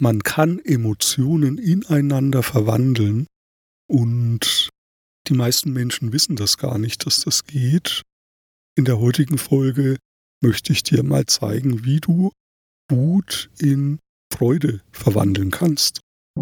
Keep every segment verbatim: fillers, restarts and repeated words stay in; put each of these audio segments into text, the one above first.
Man kann Emotionen ineinander verwandeln und die meisten Menschen wissen das gar nicht, dass das geht. In der heutigen Folge möchte ich dir mal zeigen, wie du Wut in Freude verwandeln kannst.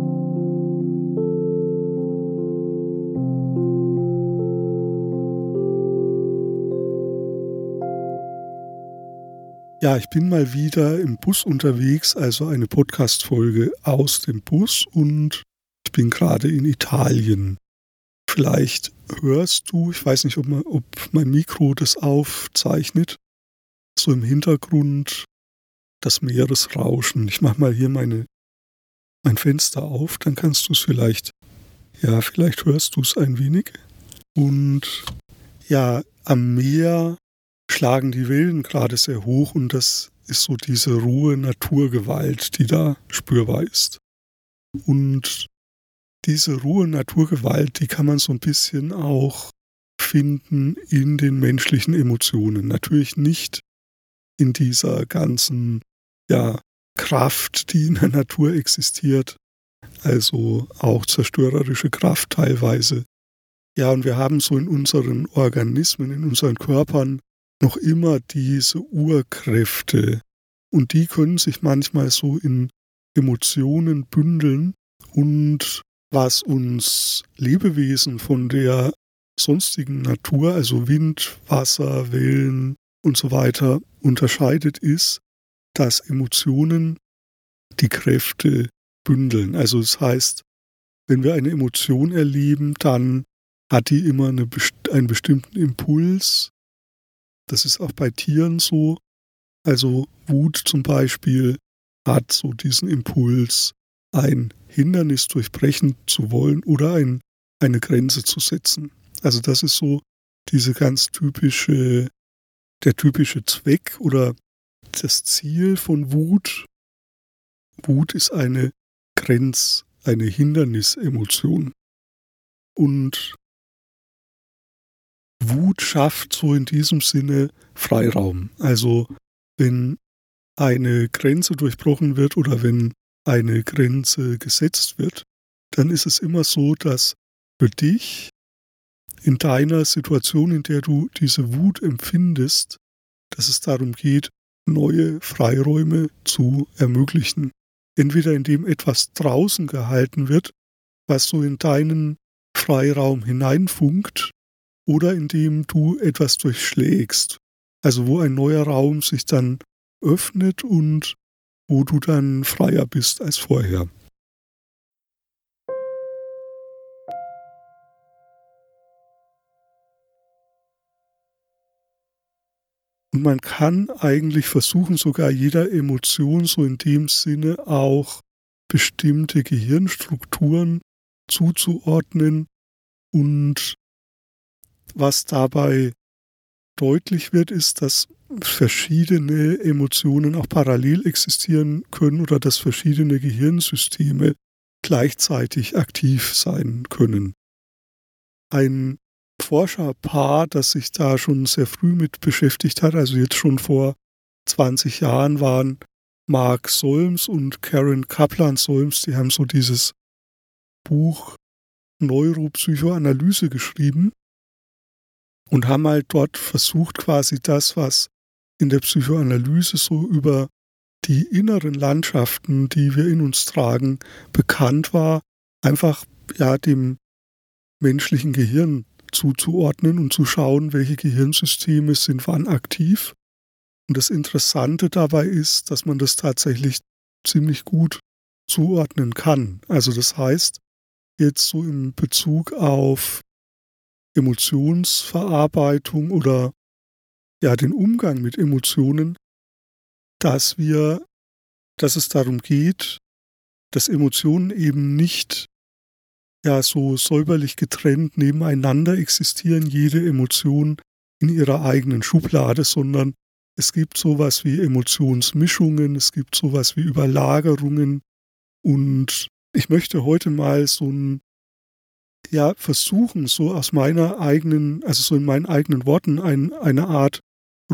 Ja, ich bin mal wieder im Bus unterwegs, also eine Podcast-Folge aus dem Bus, und ich bin gerade in Italien. Vielleicht hörst du, ich weiß nicht, ob, man, ob mein Mikro das aufzeichnet, so im Hintergrund das Meeresrauschen. Ich mache mal hier meine, mein Fenster auf, dann kannst du es vielleicht, ja, vielleicht hörst du es ein wenig. Und ja, am Meer schlagen die Wellen gerade sehr hoch und das ist so diese rohe Naturgewalt, die da spürbar ist. Und diese rohe Naturgewalt, die kann man so ein bisschen auch finden in den menschlichen Emotionen. Natürlich nicht in dieser ganzen, ja, Kraft, die in der Natur existiert, also auch zerstörerische Kraft teilweise. Ja, und wir haben so in unseren Organismen, in unseren Körpern noch immer diese Urkräfte, und die können sich manchmal so in Emotionen bündeln, und was uns Lebewesen von der sonstigen Natur, also Wind, Wasser, Wellen und so weiter, unterscheidet, ist, dass Emotionen die Kräfte bündeln. Also das heißt, wenn wir eine Emotion erleben, dann hat die immer eine, einen bestimmten Impuls. Das ist auch bei Tieren so. Also Wut zum Beispiel hat so diesen Impuls, ein Hindernis durchbrechen zu wollen oder ein, eine Grenze zu setzen. Also das ist so diese ganz typische, der typische Zweck oder das Ziel von Wut. Wut ist eine Grenz, eine Hindernisemotion. Und Wut schafft so in diesem Sinne Freiraum. Also wenn eine Grenze durchbrochen wird oder wenn eine Grenze gesetzt wird, dann ist es immer so, dass für dich in deiner Situation, in der du diese Wut empfindest, dass es darum geht, neue Freiräume zu ermöglichen. Entweder indem etwas draußen gehalten wird, was so in deinen Freiraum hineinfunkt, oder indem du etwas durchschlägst. Also wo ein neuer Raum sich dann öffnet und wo du dann freier bist als vorher. Und man kann eigentlich versuchen, sogar jeder Emotion so in dem Sinne auch bestimmte Gehirnstrukturen zuzuordnen, und was dabei deutlich wird, ist, dass verschiedene Emotionen auch parallel existieren können oder dass verschiedene Gehirnsysteme gleichzeitig aktiv sein können. Ein Forscherpaar, das sich da schon sehr früh mit beschäftigt hat, also jetzt schon vor zwanzig Jahren, waren Mark Solms und Karen Kaplan-Solms, die haben so dieses Buch Neuropsychoanalyse geschrieben und haben halt dort versucht, quasi das, was in der Psychoanalyse so über die inneren Landschaften, die wir in uns tragen, bekannt war, einfach ja dem menschlichen Gehirn zuzuordnen und zu schauen, welche Gehirnsysteme sind wann aktiv. Und das Interessante dabei ist, dass man das tatsächlich ziemlich gut zuordnen kann. Also das heißt, jetzt so im Bezug auf Emotionsverarbeitung oder ja den Umgang mit Emotionen, dass wir, dass es darum geht, dass Emotionen eben nicht ja so säuberlich getrennt nebeneinander existieren, jede Emotion in ihrer eigenen Schublade, sondern es gibt sowas wie Emotionsmischungen, es gibt sowas wie Überlagerungen, und ich möchte heute mal so ein ja versuchen, so aus meiner eigenen, also so in meinen eigenen Worten, ein, eine Art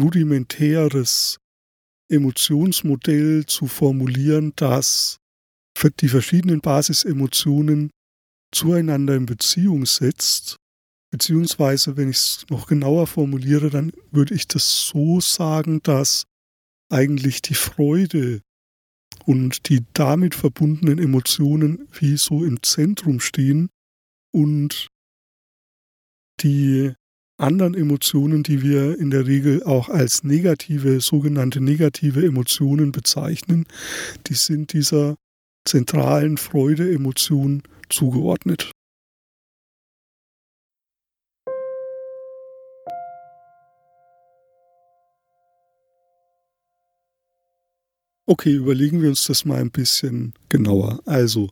rudimentäres Emotionsmodell zu formulieren, das die verschiedenen Basisemotionen zueinander in Beziehung setzt, beziehungsweise, wenn ich es noch genauer formuliere, dann würde ich das so sagen, dass eigentlich die Freude und die damit verbundenen Emotionen wie so im Zentrum stehen und die anderen Emotionen, die wir in der Regel auch als negative, sogenannte negative Emotionen bezeichnen, die sind dieser zentralen Freude-Emotion zugeordnet. Okay, überlegen wir uns das mal ein bisschen genauer. Also,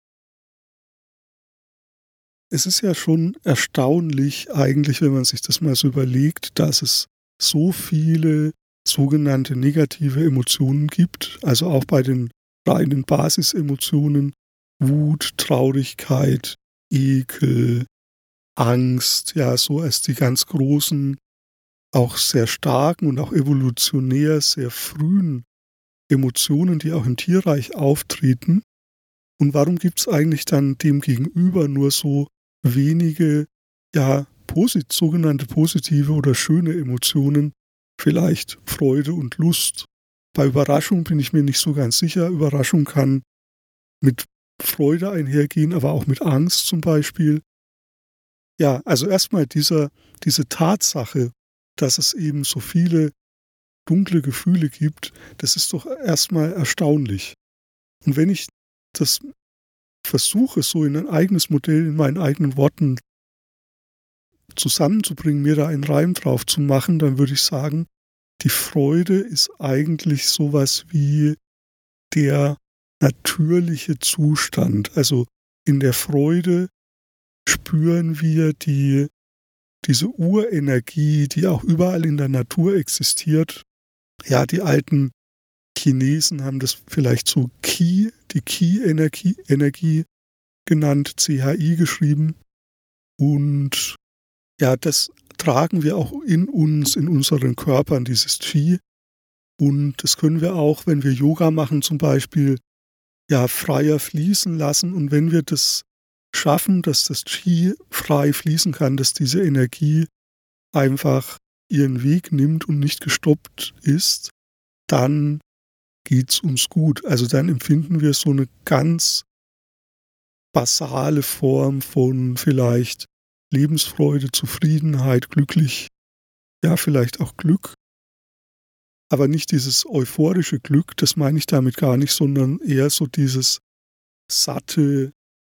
es ist ja schon erstaunlich eigentlich, wenn man sich das mal so überlegt, dass es so viele sogenannte negative Emotionen gibt, also auch bei den reinen Basisemotionen, Wut, Traurigkeit, Ekel, Angst, ja, so als die ganz großen, auch sehr starken und auch evolutionär sehr frühen Emotionen, die auch im Tierreich auftreten. Und warum gibt es eigentlich dann demgegenüber nur so wenige, ja, posit- sogenannte positive oder schöne Emotionen, vielleicht Freude und Lust? Bei Überraschung bin ich mir nicht so ganz sicher. Überraschung kann mit Freude einhergehen, aber auch mit Angst zum Beispiel. Ja, also erstmal dieser, diese Tatsache, dass es eben so viele dunkle Gefühle gibt, das ist doch erstmal erstaunlich. Und wenn ich das versuche, so in ein eigenes Modell, in meinen eigenen Worten zusammenzubringen, mir da einen Reim drauf zu machen, dann würde ich sagen, die Freude ist eigentlich sowas wie der natürliche Zustand. Also in der Freude spüren wir die, diese Urenergie, die auch überall in der Natur existiert. Ja, die alten Chinesen haben das vielleicht so Qi, die Qi-Energie Energie genannt, C H I geschrieben. Und ja, das tragen wir auch in uns, in unseren Körpern, dieses Qi. Und das können wir auch, wenn wir Yoga machen zum Beispiel, ja, freier fließen lassen. Und wenn wir das schaffen, dass das Qi frei fließen kann, dass diese Energie einfach ihren Weg nimmt und nicht gestoppt ist, dann geht's uns gut. Also dann empfinden wir so eine ganz basale Form von vielleicht Lebensfreude, Zufriedenheit, glücklich, ja, vielleicht auch Glück. Aber nicht dieses euphorische Glück, das meine ich damit gar nicht, sondern eher so dieses satte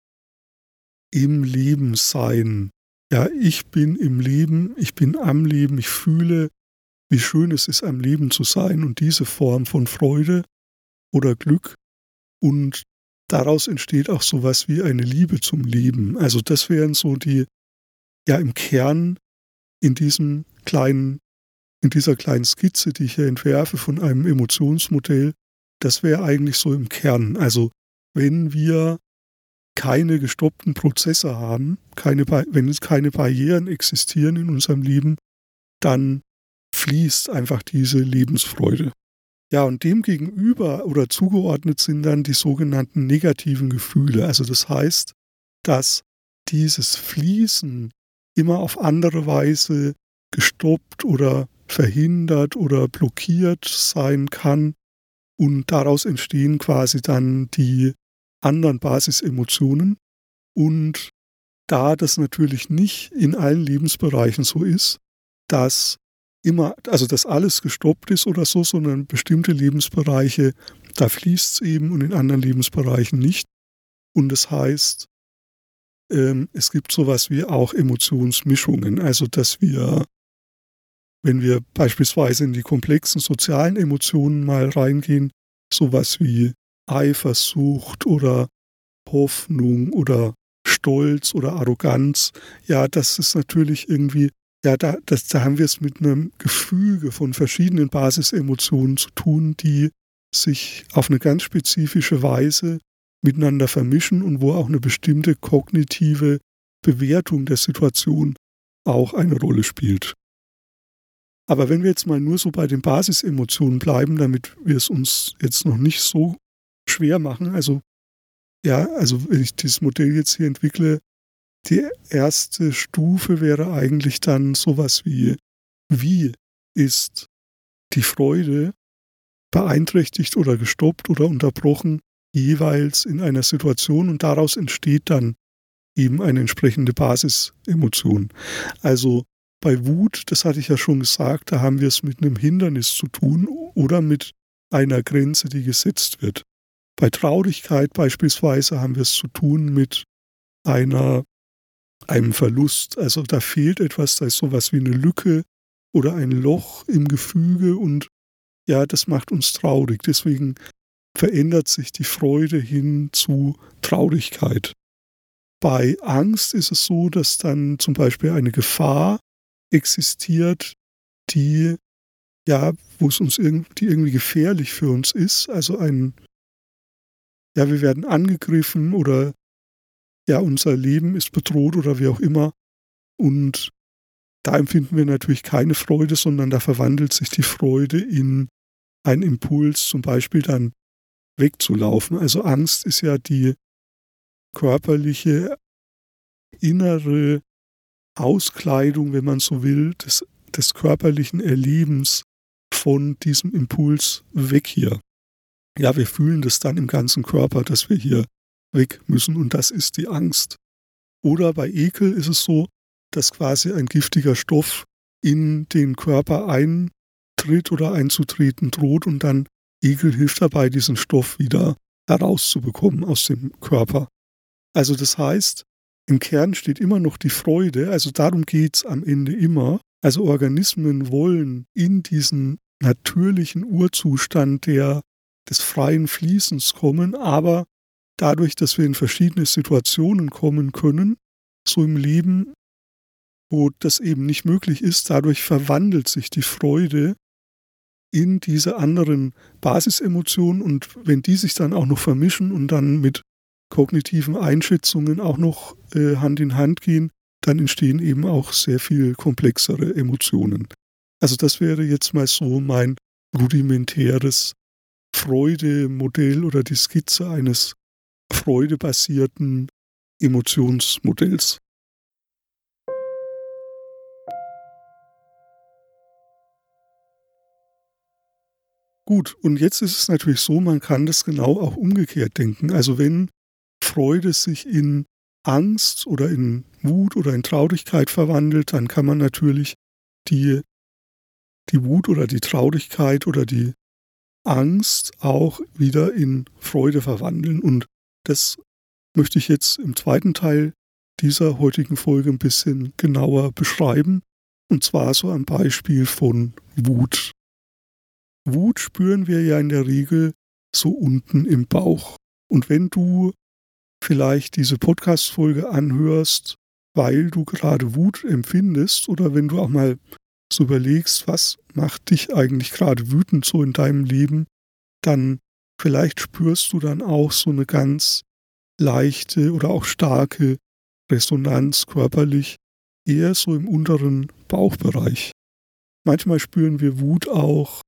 im Leben sein. Ja, ich bin im Leben, ich bin am Leben, ich fühle, wie schön es ist, am Leben zu sein und diese Form von Freude oder Glück und daraus entsteht auch sowas wie eine Liebe zum Leben. Also das wären so die, ja, im Kern in diesem kleinen, in dieser kleinen Skizze, die ich hier entwerfe von einem Emotionsmodell, das wäre eigentlich so im Kern. Also wenn wir keine gestoppten Prozesse haben, keine, wenn es keine Barrieren existieren in unserem Leben, dann fließt einfach diese Lebensfreude. Ja, und dem gegenüber oder zugeordnet sind dann die sogenannten negativen Gefühle. Also das heißt, dass dieses Fließen immer auf andere Weise gestoppt oder verhindert oder blockiert sein kann und daraus entstehen quasi dann die anderen Basisemotionen. Und da das natürlich nicht in allen Lebensbereichen so ist, dass immer, also dass alles gestoppt ist oder so, sondern bestimmte Lebensbereiche, da fließt es eben und in anderen Lebensbereichen nicht. Und das heißt, ähm, es gibt sowas wie auch Emotionsmischungen, also dass wir, wenn wir beispielsweise in die komplexen sozialen Emotionen mal reingehen, sowas wie Eifersucht oder Hoffnung oder Stolz oder Arroganz, ja, das ist natürlich irgendwie, ja, da, das, da haben wir es mit einem Gefüge von verschiedenen Basisemotionen zu tun, die sich auf eine ganz spezifische Weise miteinander vermischen und wo auch eine bestimmte kognitive Bewertung der Situation auch eine Rolle spielt. Aber wenn wir jetzt mal nur so bei den Basisemotionen bleiben, damit wir es uns jetzt noch nicht so schwer machen, also ja, also wenn ich dieses Modell jetzt hier entwickle, die erste Stufe wäre eigentlich dann sowas wie, wie ist die Freude beeinträchtigt oder gestoppt oder unterbrochen, jeweils in einer Situation, und daraus entsteht dann eben eine entsprechende Basisemotion. Also bei Wut, das hatte ich ja schon gesagt, da haben wir es mit einem Hindernis zu tun oder mit einer Grenze, die gesetzt wird. Bei Traurigkeit beispielsweise haben wir es zu tun mit einer, einem Verlust. Also da fehlt etwas, da ist sowas wie eine Lücke oder ein Loch im Gefüge, und ja, das macht uns traurig. Deswegen verändert sich die Freude hin zu Traurigkeit. Bei Angst ist es so, dass dann zum Beispiel eine Gefahr existiert, die, ja, wo es uns irgendwie, die irgendwie gefährlich für uns ist. Also ein, ja, wir werden angegriffen oder ja, unser Leben ist bedroht oder wie auch immer. Und da empfinden wir natürlich keine Freude, sondern da verwandelt sich die Freude in einen Impuls, zum Beispiel dann wegzulaufen. Also Angst ist ja die körperliche, innere Auskleidung, wenn man so will, des, des körperlichen Erlebens von diesem Impuls weg hier. Ja, wir fühlen das dann im ganzen Körper, dass wir hier weg müssen, und das ist die Angst. Oder bei Ekel ist es so, dass quasi ein giftiger Stoff in den Körper eintritt oder einzutreten droht, und dann Ekel hilft dabei, diesen Stoff wieder herauszubekommen aus dem Körper. Also das heißt, im Kern steht immer noch die Freude, also darum geht es am Ende immer. Also Organismen wollen in diesen natürlichen Urzustand der, des freien Fließens kommen, aber dadurch, dass wir in verschiedene Situationen kommen können, so im Leben, wo das eben nicht möglich ist, dadurch verwandelt sich die Freude in diese anderen Basisemotionen, und wenn die sich dann auch noch vermischen und dann mit kognitiven Einschätzungen auch noch äh, Hand in Hand gehen, dann entstehen eben auch sehr viel komplexere Emotionen. Also das wäre jetzt mal so mein rudimentäres Freudemodell oder die Skizze eines freudebasierten Emotionsmodells. Gut, und jetzt ist es natürlich so, man kann das genau auch umgekehrt denken. Also wenn Freude sich in Angst oder in Wut oder in Traurigkeit verwandelt, dann kann man natürlich die, die Wut oder die Traurigkeit oder die Angst auch wieder in Freude verwandeln. Und das möchte ich jetzt im zweiten Teil dieser heutigen Folge ein bisschen genauer beschreiben. Und zwar so am Beispiel von Wut. Wut spüren wir ja in der Regel so unten im Bauch. Und wenn du vielleicht diese Podcast-Folge anhörst, weil du gerade Wut empfindest, oder wenn du auch mal so überlegst, was macht dich eigentlich gerade wütend so in deinem Leben, dann vielleicht spürst du dann auch so eine ganz leichte oder auch starke Resonanz körperlich, eher so im unteren Bauchbereich. Manchmal spüren wir Wut auch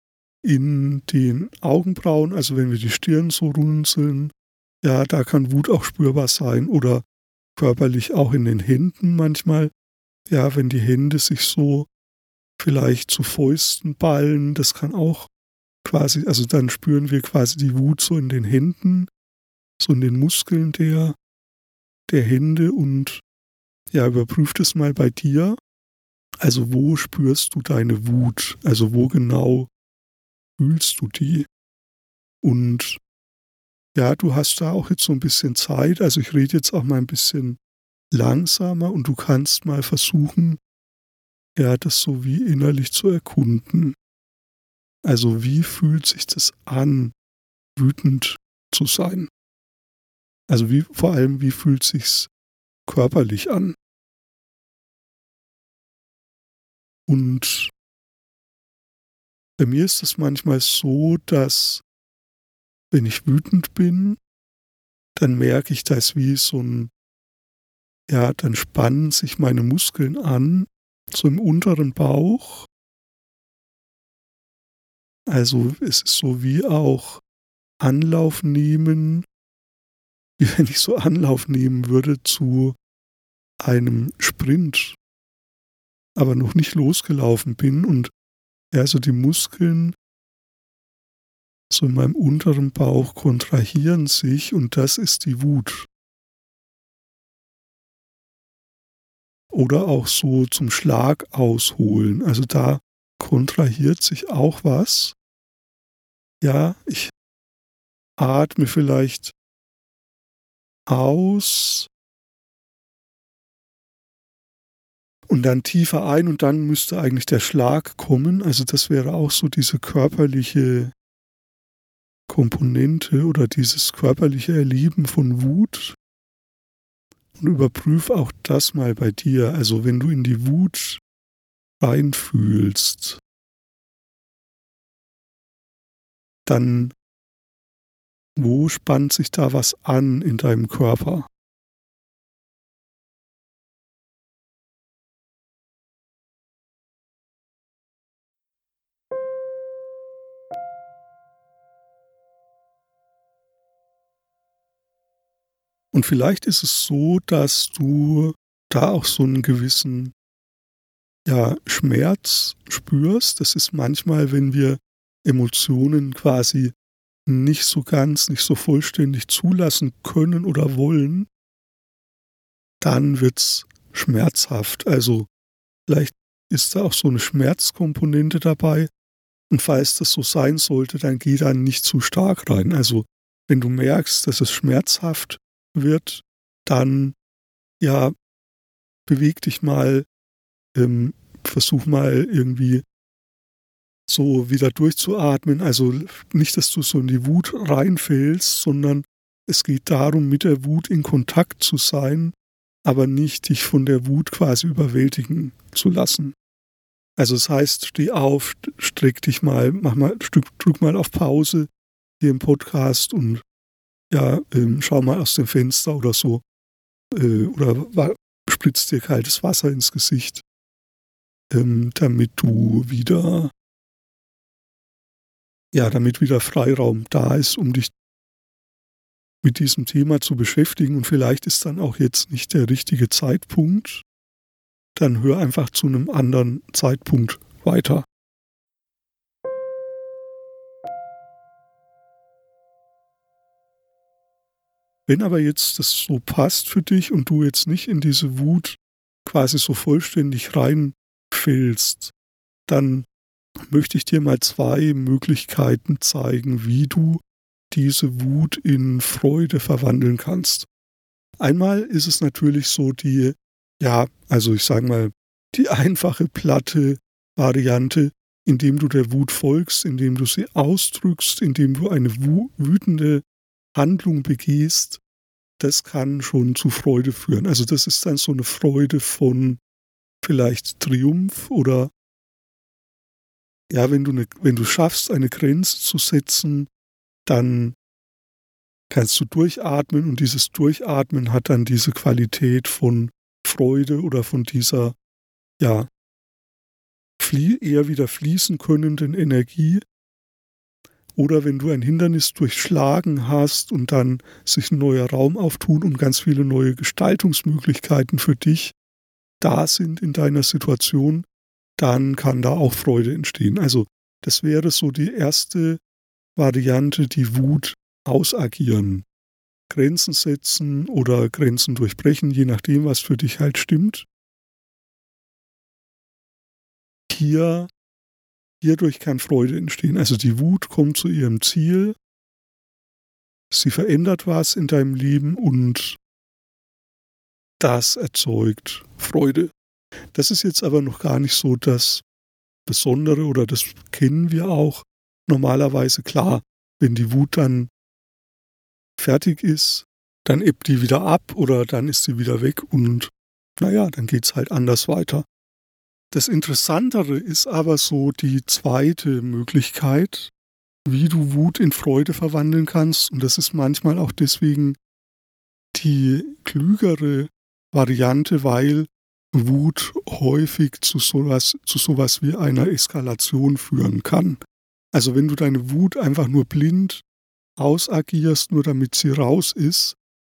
in den Augenbrauen, also wenn wir die Stirn so runzeln, ja, da kann Wut auch spürbar sein, oder körperlich auch in den Händen manchmal, ja, wenn die Hände sich so vielleicht zu Fäusten ballen, das kann auch quasi, also dann spüren wir quasi die Wut so in den Händen, so in den Muskeln der, der Hände, und ja, überprüf das mal bei dir. Also wo spürst du deine Wut? Also wo genau fühlst du die? Und ja, du hast da auch jetzt so ein bisschen Zeit, also ich rede jetzt auch mal ein bisschen langsamer, und du kannst mal versuchen, ja, das so wie innerlich zu erkunden. Also wie fühlt sich das an, wütend zu sein? Also wie, vor allem, wie fühlt sich's körperlich an? Und bei mir ist es manchmal so, dass wenn ich wütend bin, dann merke ich, da ist wie so ein, ja, dann spannen sich meine Muskeln an, so im unteren Bauch. Also es ist so wie auch Anlauf nehmen, wie wie wenn ich so Anlauf nehmen würde zu einem Sprint, aber noch nicht losgelaufen bin und ja, so die Muskeln so in meinem unteren Bauch kontrahieren sich und das ist die Wut. Oder auch so zum Schlag ausholen. Also da kontrahiert sich auch was. Ja, ich atme vielleicht aus und dann tiefer ein und dann müsste eigentlich der Schlag kommen. Also das wäre auch so diese körperliche Komponente oder dieses körperliche Erleben von Wut. Und überprüf auch das mal bei dir. Also wenn du in die Wut reinfühlst, dann wo spannt sich da was an in deinem Körper? Und vielleicht ist es so, dass du da auch so einen gewissen, ja, Schmerz spürst. Das ist manchmal, wenn wir Emotionen quasi nicht so ganz, nicht so vollständig zulassen können oder wollen, dann wird's schmerzhaft. Also vielleicht ist da auch so eine Schmerzkomponente dabei. Und falls das so sein sollte, dann geh da nicht zu stark rein. Also wenn du merkst, dass es schmerzhaft wird, dann ja, beweg dich mal, ähm, versuch mal irgendwie so wieder durchzuatmen. Also nicht, dass du so in die Wut reinfällst, sondern es geht darum, mit der Wut in Kontakt zu sein, aber nicht dich von der Wut quasi überwältigen zu lassen. Also das heißt, steh auf, streck dich mal, mach mal, drück, drück mal auf Pause hier im Podcast und ja, ähm, schau mal aus dem Fenster oder so. Äh, oder wa- spritzt dir kaltes Wasser ins Gesicht, ähm, damit du wieder, ja, damit wieder Freiraum da ist, um dich mit diesem Thema zu beschäftigen. Und vielleicht ist dann auch jetzt nicht der richtige Zeitpunkt. Dann hör einfach zu einem anderen Zeitpunkt weiter. Wenn aber jetzt das so passt für dich und du jetzt nicht in diese Wut quasi so vollständig reinfällst, dann möchte ich dir mal zwei Möglichkeiten zeigen, wie du diese Wut in Freude verwandeln kannst. Einmal ist es natürlich so die, ja, also ich sage mal, die einfache, platte Variante, indem du der Wut folgst, indem du sie ausdrückst, indem du eine wu- wütende Handlung begehst, das kann schon zu Freude führen. Also das ist dann so eine Freude von vielleicht Triumph oder ja, wenn du, eine, wenn du schaffst, eine Grenze zu setzen, dann kannst du durchatmen und dieses Durchatmen hat dann diese Qualität von Freude oder von dieser, ja, flie- eher wieder fließen könnenden Energie. Oder wenn du ein Hindernis durchschlagen hast und dann sich ein neuer Raum auftun und ganz viele neue Gestaltungsmöglichkeiten für dich da sind in deiner Situation, dann kann da auch Freude entstehen. Also das wäre so die erste Variante, die Wut ausagieren. Grenzen setzen oder Grenzen durchbrechen, je nachdem, was für dich halt stimmt. Hier, hierdurch kann Freude entstehen. Also die Wut kommt zu ihrem Ziel, sie verändert was in deinem Leben und das erzeugt Freude. Das ist jetzt aber noch gar nicht so das Besondere oder das kennen wir auch normalerweise. Klar, wenn die Wut dann fertig ist, dann ebbt die wieder ab oder dann ist sie wieder weg und naja, dann geht's halt anders weiter. Das Interessantere ist aber so die zweite Möglichkeit, wie du Wut in Freude verwandeln kannst. Und das ist manchmal auch deswegen die klügere Variante, weil Wut häufig zu sowas, zu sowas wie einer Eskalation führen kann. Also wenn du deine Wut einfach nur blind ausagierst, nur damit sie raus ist,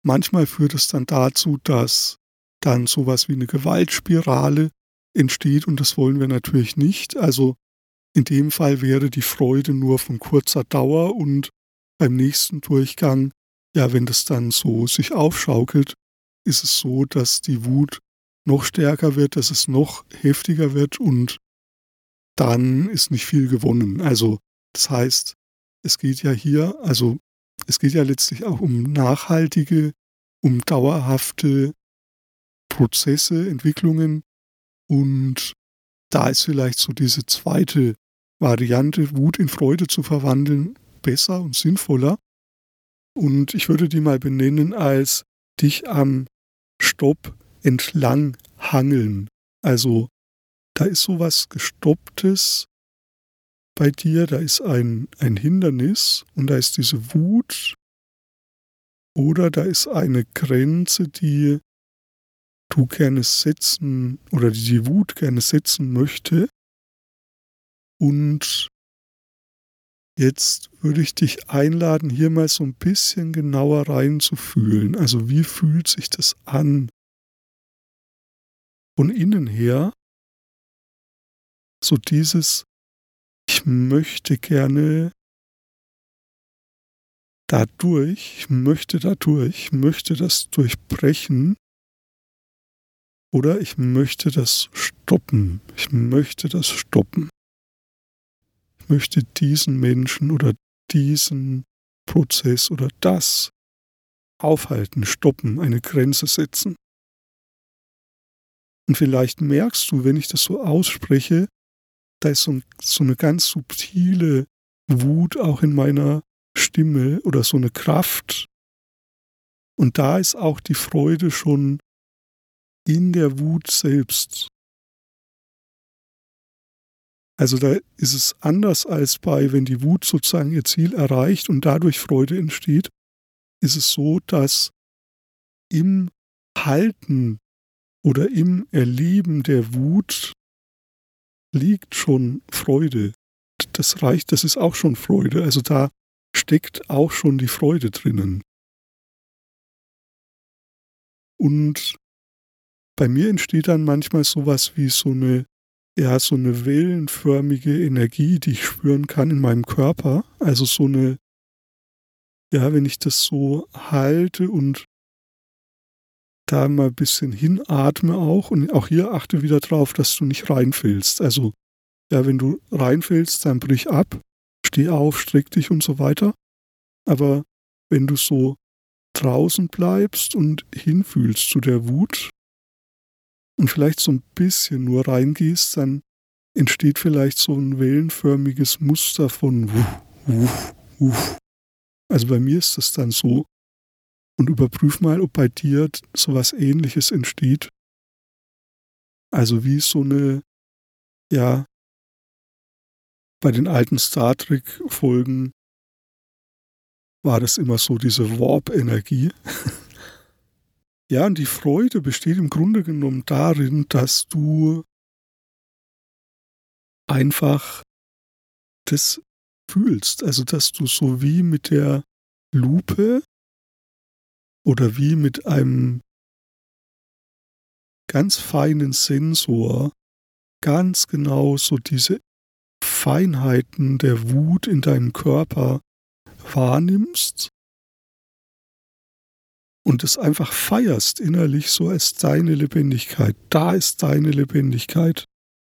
manchmal führt es dann dazu, dass dann sowas wie eine Gewaltspirale entsteht und das wollen wir natürlich nicht. Also in dem Fall wäre die Freude nur von kurzer Dauer und beim nächsten Durchgang, ja, wenn das dann so sich aufschaukelt, ist es so, dass die Wut noch stärker wird, dass es noch heftiger wird und dann ist nicht viel gewonnen. Also das heißt, es geht ja hier, also es geht ja letztlich auch um nachhaltige, um dauerhafte Prozesse, Entwicklungen und da ist vielleicht so diese zweite Variante, Wut in Freude zu verwandeln, besser und sinnvoller. Und ich würde die mal benennen als dich am Stopp entlang hangeln. Also da ist sowas Gestopptes bei dir, da ist ein, ein Hindernis und da ist diese Wut oder da ist eine Grenze, die du gerne setzen oder die die Wut gerne setzen möchte. Und jetzt würde ich dich einladen, hier mal so ein bisschen genauer reinzufühlen. Also wie fühlt sich das an? Von innen her, so dieses, ich möchte gerne dadurch, ich möchte dadurch, ich möchte das durchbrechen oder ich möchte das stoppen. Ich möchte das stoppen. Ich möchte diesen Menschen oder diesen Prozess oder das aufhalten, stoppen, eine Grenze setzen. Und vielleicht merkst du, wenn ich das so ausspreche, da ist so, ein, so eine ganz subtile Wut auch in meiner Stimme oder so eine Kraft. Und da ist auch die Freude schon in der Wut selbst. Also da ist es anders als bei, wenn die Wut sozusagen ihr Ziel erreicht und dadurch Freude entsteht, ist es so, dass im Halten oder im Erleben der Wut liegt schon Freude. Das reicht, das ist auch schon Freude. Also da steckt auch schon die Freude drinnen. Und bei mir entsteht dann manchmal sowas wie so eine, ja, so eine wellenförmige Energie, die ich spüren kann in meinem Körper. Also so eine, ja, wenn ich das so halte und da mal ein bisschen hinatme auch und auch hier achte wieder drauf, dass du nicht reinfällst. Also, ja, wenn du reinfällst, dann brich ab, steh auf, streck dich und so weiter. Aber wenn du so draußen bleibst und hinfühlst zu der Wut und vielleicht so ein bisschen nur reingehst, dann entsteht vielleicht so ein wellenförmiges Muster von wuff, wuff, wuff. Also bei mir ist das dann so. Und überprüf mal, ob bei dir sowas Ähnliches entsteht. Also wie so eine, ja, bei den alten Star Trek-Folgen war das immer so diese Warp-Energie. Ja, und die Freude besteht im Grunde genommen darin, dass du einfach das fühlst. Also dass du so wie mit der Lupe oder wie mit einem ganz feinen Sensor ganz genau so diese Feinheiten der Wut in deinem Körper wahrnimmst und es einfach feierst innerlich so als deine Lebendigkeit. Da ist deine Lebendigkeit.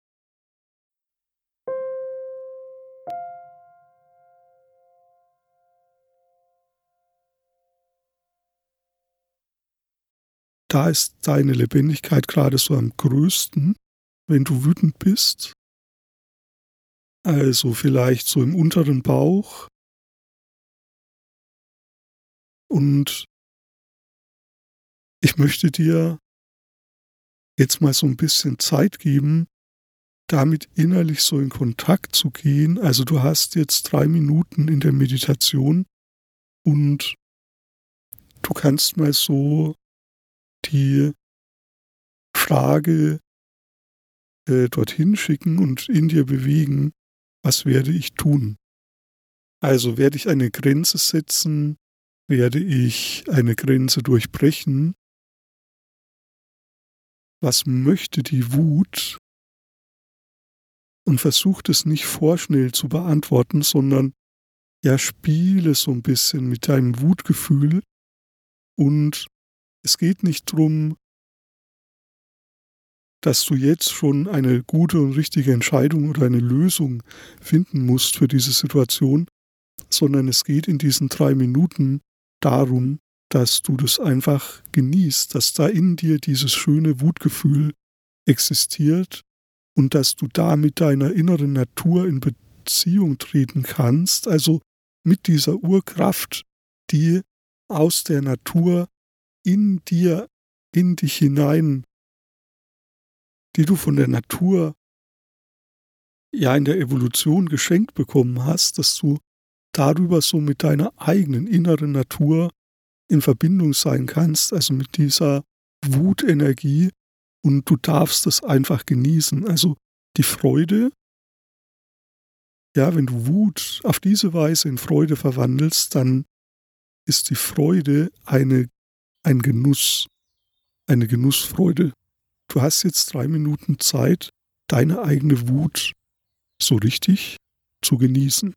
Da ist deine Lebendigkeit gerade so am größten, wenn du wütend bist. Also vielleicht so im unteren Bauch. Und ich möchte dir jetzt mal so ein bisschen Zeit geben, damit innerlich so in Kontakt zu gehen. Also du hast jetzt drei Minuten in der Meditation und du kannst mal so die Frage äh, dorthin schicken und in dir bewegen, was werde ich tun? Also werde ich eine Grenze setzen, werde ich eine Grenze durchbrechen? Was möchte die Wut? Und versuch es nicht vorschnell zu beantworten, sondern ja, spiele so ein bisschen mit deinem Wutgefühl. Und es geht nicht darum, dass du jetzt schon eine gute und richtige Entscheidung oder eine Lösung finden musst für diese Situation, sondern es geht in diesen drei Minuten darum, dass du das einfach genießt, dass da in dir dieses schöne Wutgefühl existiert und dass du da mit deiner inneren Natur in Beziehung treten kannst, also mit dieser Urkraft, die aus der Natur in dir, in dich hinein, die du von der Natur ja in der Evolution geschenkt bekommen hast, dass du darüber so mit deiner eigenen inneren Natur in Verbindung sein kannst, also mit dieser Wutenergie, und du darfst es einfach genießen. Also die Freude, ja, wenn du Wut auf diese Weise in Freude verwandelst, dann ist die Freude eine, ein Genuss, eine Genussfreude. Du hast jetzt drei Minuten Zeit, deine eigene Wut so richtig zu genießen.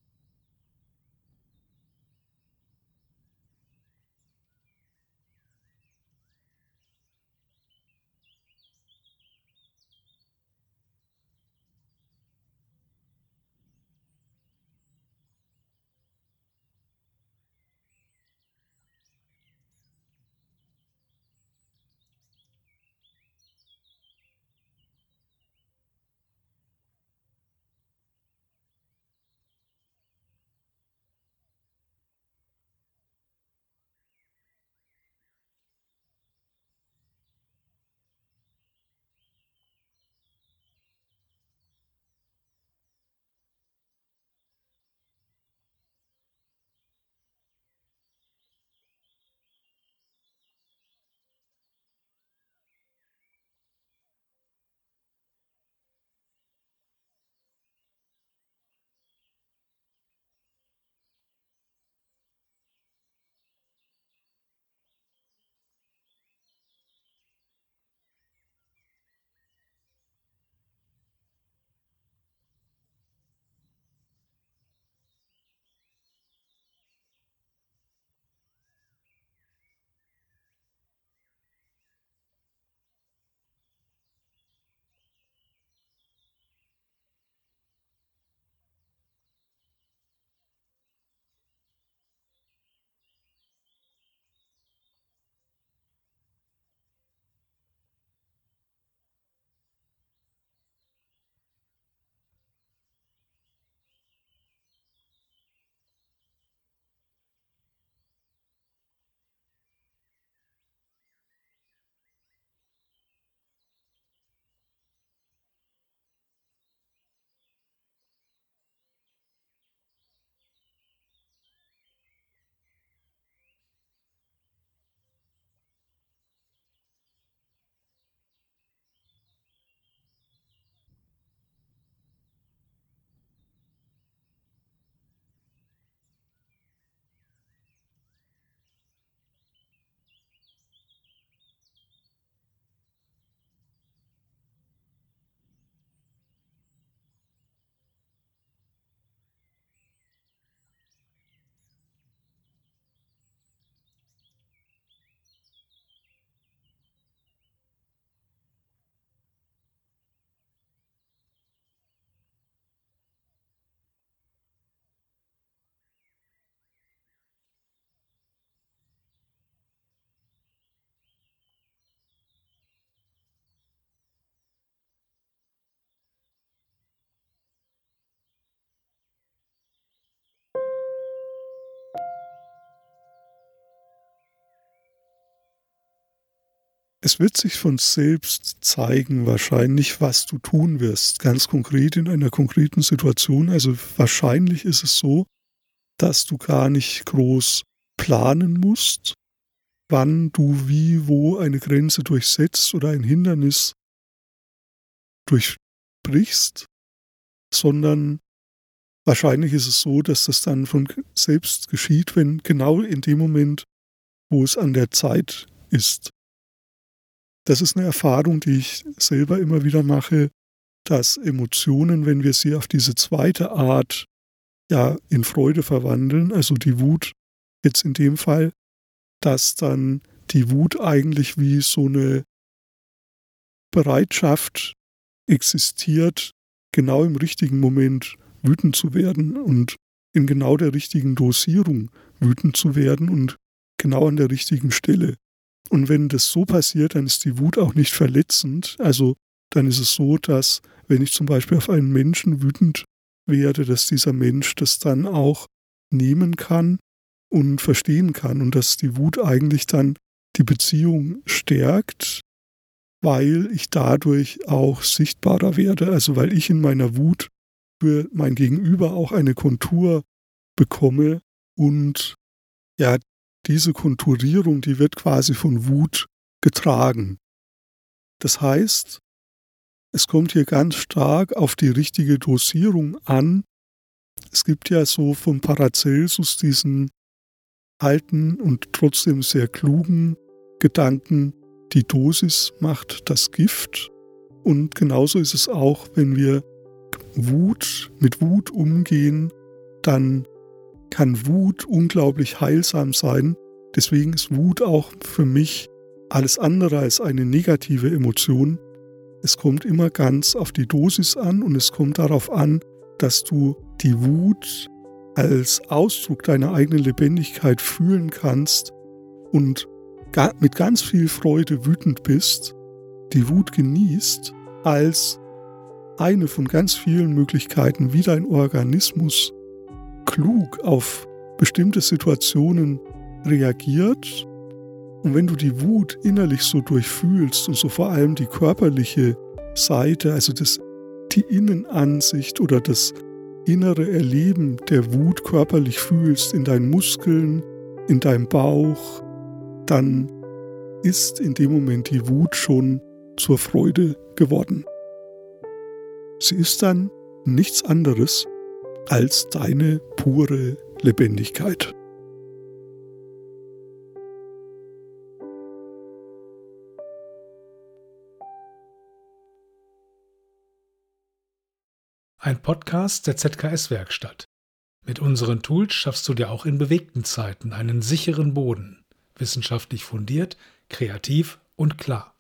Es wird sich von selbst zeigen wahrscheinlich, was du tun wirst, ganz konkret in einer konkreten Situation. Also wahrscheinlich ist es so, dass du gar nicht groß planen musst, wann du wie, wo eine Grenze durchsetzt oder ein Hindernis durchbrichst, sondern wahrscheinlich ist es so, dass das dann von selbst geschieht, wenn genau in dem Moment, wo es an der Zeit ist. Das ist eine Erfahrung, die ich selber immer wieder mache, dass Emotionen, wenn wir sie auf diese zweite Art ja in Freude verwandeln, also die Wut jetzt in dem Fall, dass dann die Wut eigentlich wie so eine Bereitschaft existiert, genau im richtigen Moment wütend zu werden und in genau der richtigen Dosierung wütend zu werden und genau an der richtigen Stelle. Und wenn das so passiert, dann ist die Wut auch nicht verletzend. Also dann ist es so, dass wenn ich zum Beispiel auf einen Menschen wütend werde, dass dieser Mensch das dann auch nehmen kann und verstehen kann und dass die Wut eigentlich dann die Beziehung stärkt, weil ich dadurch auch sichtbarer werde, also weil ich in meiner Wut für mein Gegenüber auch eine Kontur bekomme und ja, diese Konturierung, die wird quasi von Wut getragen. Das heißt, es kommt hier ganz stark auf die richtige Dosierung an. Es gibt ja so von Paracelsus diesen alten und trotzdem sehr klugen Gedanken, die Dosis macht das Gift. Und genauso ist es auch, wenn wir Wut mit Wut umgehen, dann kann Wut unglaublich heilsam sein. Deswegen ist Wut auch für mich alles andere als eine negative Emotion. Es kommt immer ganz auf die Dosis an und es kommt darauf an, dass du die Wut als Ausdruck deiner eigenen Lebendigkeit fühlen kannst und mit ganz viel Freude wütend bist, die Wut genießt, als eine von ganz vielen Möglichkeiten, wie dein Organismus klug auf bestimmte Situationen reagiert. Und wenn du die Wut innerlich so durchfühlst und so vor allem die körperliche Seite, also das, die Innenansicht oder das innere Erleben der Wut körperlich fühlst, in deinen Muskeln, in deinem Bauch, dann ist in dem Moment die Wut schon zur Freude geworden. Sie ist dann nichts anderes als deine pure Lebendigkeit. Ein Podcast der Z K S-Werkstatt. Mit unseren Tools schaffst du dir auch in bewegten Zeiten einen sicheren Boden. Wissenschaftlich fundiert, kreativ und klar.